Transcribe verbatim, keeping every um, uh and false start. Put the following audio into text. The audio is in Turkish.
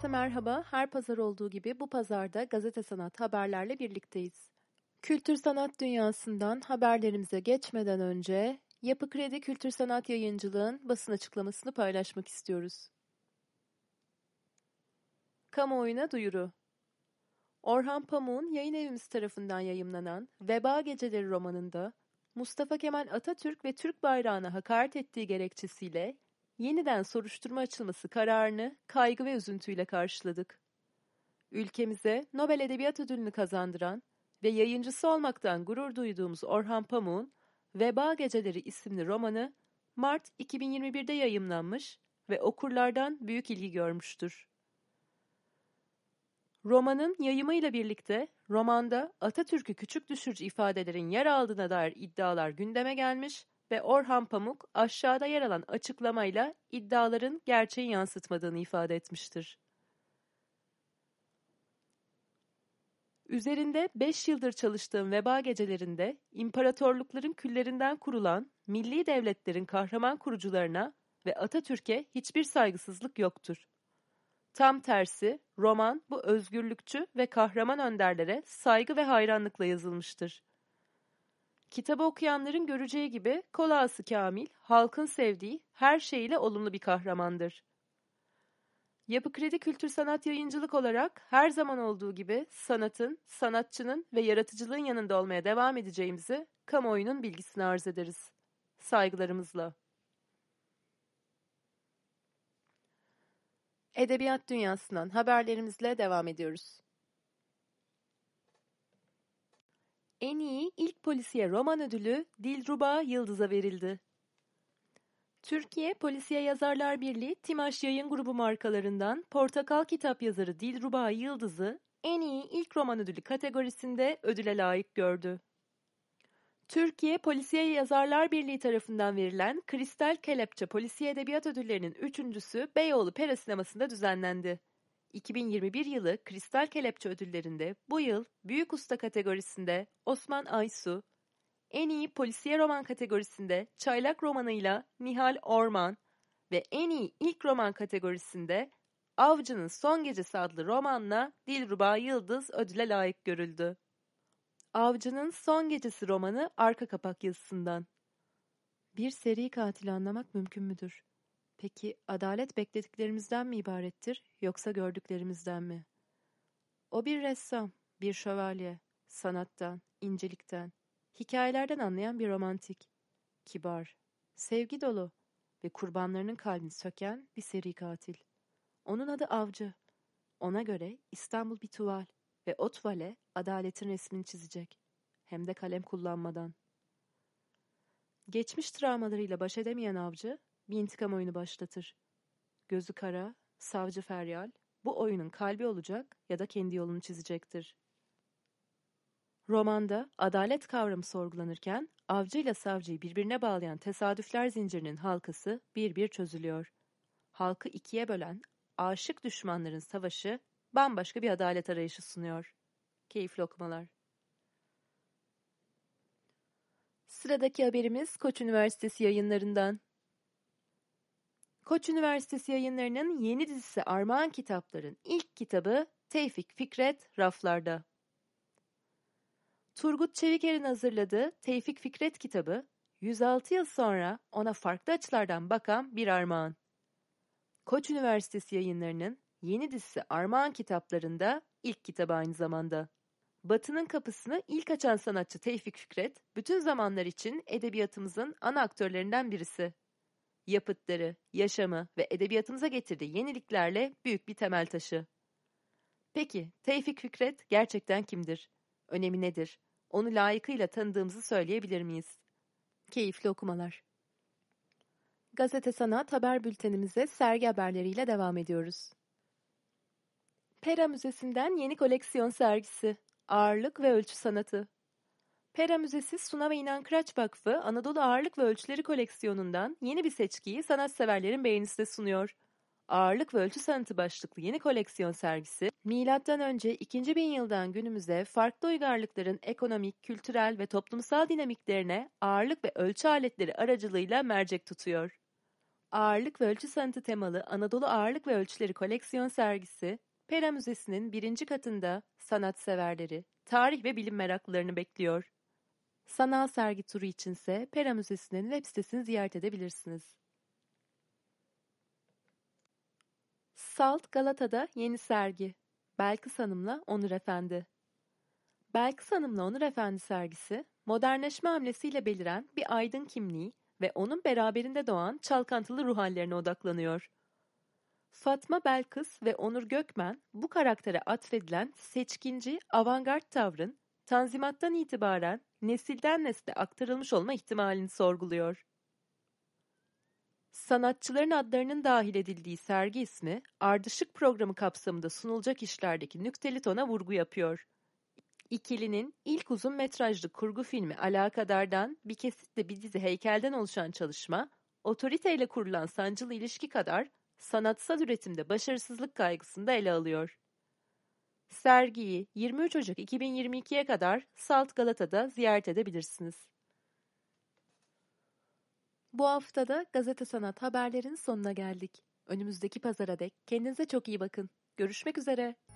merhaba. Her pazar olduğu gibi bu pazarda gazete sanat haberlerle birlikteyiz. Kültür sanat dünyasından haberlerimize geçmeden önce Yapı Kredi Kültür Sanat Yayıncılığın basın açıklamasını paylaşmak istiyoruz. Kamuoyuna duyuru. Orhan Pamuk'un yayın evimiz tarafından yayımlanan Veba Geceleri romanında Mustafa Kemal Atatürk ve Türk bayrağına hakaret ettiği gerekçesiyle yeniden soruşturma açılması kararını kaygı ve üzüntüyle karşıladık. Ülkemize Nobel Edebiyat Ödülünü kazandıran ve yayıncısı olmaktan gurur duyduğumuz Orhan Pamuk'un Veba Geceleri isimli romanı Mart iki bin yirmi bir'de yayımlanmış ve okurlardan büyük ilgi görmüştür. Romanın yayımıyla birlikte romanda Atatürk'ü küçük düşürücü ifadelerin yer aldığına dair iddialar gündeme gelmiş ve Orhan Pamuk aşağıda yer alan açıklamayla iddiaların gerçeği yansıtmadığını ifade etmiştir. Üzerinde beş yıldır çalıştığım Veba Gecelerinde imparatorlukların küllerinden kurulan milli devletlerin kahraman kurucularına ve Atatürk'e hiçbir saygısızlık yoktur. Tam tersi, roman bu özgürlükçü ve kahraman önderlere saygı ve hayranlıkla yazılmıştır. Kitabı okuyanların göreceği gibi Kolağası Kamil, halkın sevdiği her şeyiyle olumlu bir kahramandır. Yapı Kredi Kültür Sanat Yayıncılık olarak her zaman olduğu gibi sanatın, sanatçının ve yaratıcılığın yanında olmaya devam edeceğimizi kamuoyunun bilgisini arz ederiz. Saygılarımızla. Edebiyat dünyasından haberlerimizle devam ediyoruz. En iyi ilk polisiye roman ödülü Dilruba Yıldız'a verildi. Türkiye Polisiye Yazarlar Birliği Timaş Yayın Grubu markalarından Portakal kitap yazarı Dilruba Yıldız'ı en iyi ilk roman ödülü kategorisinde ödüle layık gördü. Türkiye Polisiye Yazarlar Birliği tarafından verilen Kristal Kelepçe Polisiye Edebiyat Ödülleri'nin üçüncüsü Beyoğlu Pera Sineması'nda düzenlendi. iki bin yirmi bir yılı Kristal Kelepçe Ödülleri'nde bu yıl Büyük Usta kategorisinde Osman Aysu, en iyi polisiye roman kategorisinde Çaylak romanıyla Nihal Orman ve en iyi ilk roman kategorisinde Avcı'nın Son Gecesi adlı romanla Dilruba Yıldız ödüle layık görüldü. Avcı'nın Son Gecesi romanı arka kapak yazısından. Bir seri katili anlamak mümkün müdür? Peki adalet beklediklerimizden mi ibarettir yoksa gördüklerimizden mi? O bir ressam, bir şövalye, sanattan, incelikten, hikayelerden anlayan bir romantik, kibar, sevgi dolu ve kurbanlarının kalbini söken bir seri katil. Onun adı Avcı. Ona göre İstanbul bir tuval ve o tuvale adaletin resmini çizecek. Hem de kalem kullanmadan. Geçmiş travmalarıyla baş edemeyen Avcı bir intikam oyunu başlatır. Gözü kara, savcı Feryal bu oyunun kalbi olacak ya da kendi yolunu çizecektir. Romanda adalet kavramı sorgulanırken avcı ile savcıyı birbirine bağlayan tesadüfler zincirinin halkası bir bir çözülüyor. Halkı ikiye bölen aşık düşmanların savaşı bambaşka bir adalet arayışı sunuyor. Keyifli okumalar. Sıradaki haberimiz Koç Üniversitesi yayınlarından. Koç Üniversitesi yayınlarının yeni dizisi Armağan Kitaplar'ın ilk kitabı Tevfik Fikret raflarda. Turgut Çeviker'in hazırladığı Tevfik Fikret kitabı, yüz altı yıl sonra ona farklı açılardan bakan bir armağan. Koç Üniversitesi yayınlarının yeni dizisi Armağan Kitaplar'ında ilk kitabı aynı zamanda. Batı'nın kapısını ilk açan sanatçı Tevfik Fikret, bütün zamanlar için edebiyatımızın ana aktörlerinden birisi. Yapıtları, yaşamı ve edebiyatımıza getirdiği yeniliklerle büyük bir temel taşı. Peki, Tevfik Fikret gerçekten kimdir? Önemi nedir? Onu layıkıyla tanıdığımızı söyleyebilir miyiz? Keyifli okumalar. Gazete Sanat haber bültenimize sergi haberleriyle devam ediyoruz. Pera Müzesi'nden yeni koleksiyon sergisi. Ağırlık ve Ölçü Sanatı. Pera Müzesi Suna ve İnan Kıraç Vakfı Anadolu Ağırlık ve Ölçüleri koleksiyonundan yeni bir seçkiyi sanatseverlerin beğenisine sunuyor. Ağırlık ve Ölçü Sanatı başlıklı yeni koleksiyon sergisi, milattan önce ikinci bin yıldan günümüze farklı uygarlıkların ekonomik, kültürel ve toplumsal dinamiklerine ağırlık ve ölçü aletleri aracılığıyla mercek tutuyor. Ağırlık ve ölçü sanatı temalı Anadolu Ağırlık ve Ölçüleri koleksiyon sergisi, Pera Müzesi'nin birinci katında sanatseverleri, tarih ve bilim meraklılarını bekliyor. Sanal sergi turu içinse Pera Müzesi'nin web sitesini ziyaret edebilirsiniz. Salt Galata'da yeni sergi. Belkıs Hanım'la Onur Efendi. Belkıs Hanım'la Onur Efendi sergisi, modernleşme hamlesiyle beliren bir aydın kimliği ve onun beraberinde doğan çalkantılı ruh hallerine odaklanıyor. Fatma Belkıs ve Onur Gökmen bu karaktere atfedilen seçkinci, avantgard tavrın Tanzimat'tan itibaren nesilden nesle aktarılmış olma ihtimalini sorguluyor. Sanatçıların adlarının dahil edildiği sergi ismi, Ardışık programı kapsamında sunulacak işlerdeki nükteli tona vurgu yapıyor. İkilinin ilk uzun metrajlı kurgu filmi Alakadar'dan bir kesitle bir dizi heykelden oluşan çalışma, otoriteyle kurulan sancılı ilişki kadar sanatsal üretimde başarısızlık kaygısını da ele alıyor. Sergiyi yirmi üç Ocak iki bin yirmi ikiye kadar Salt Galata'da ziyaret edebilirsiniz. Bu haftada Gazete Sanat haberlerin sonuna geldik. Önümüzdeki pazara dek kendinize çok iyi bakın. Görüşmek üzere.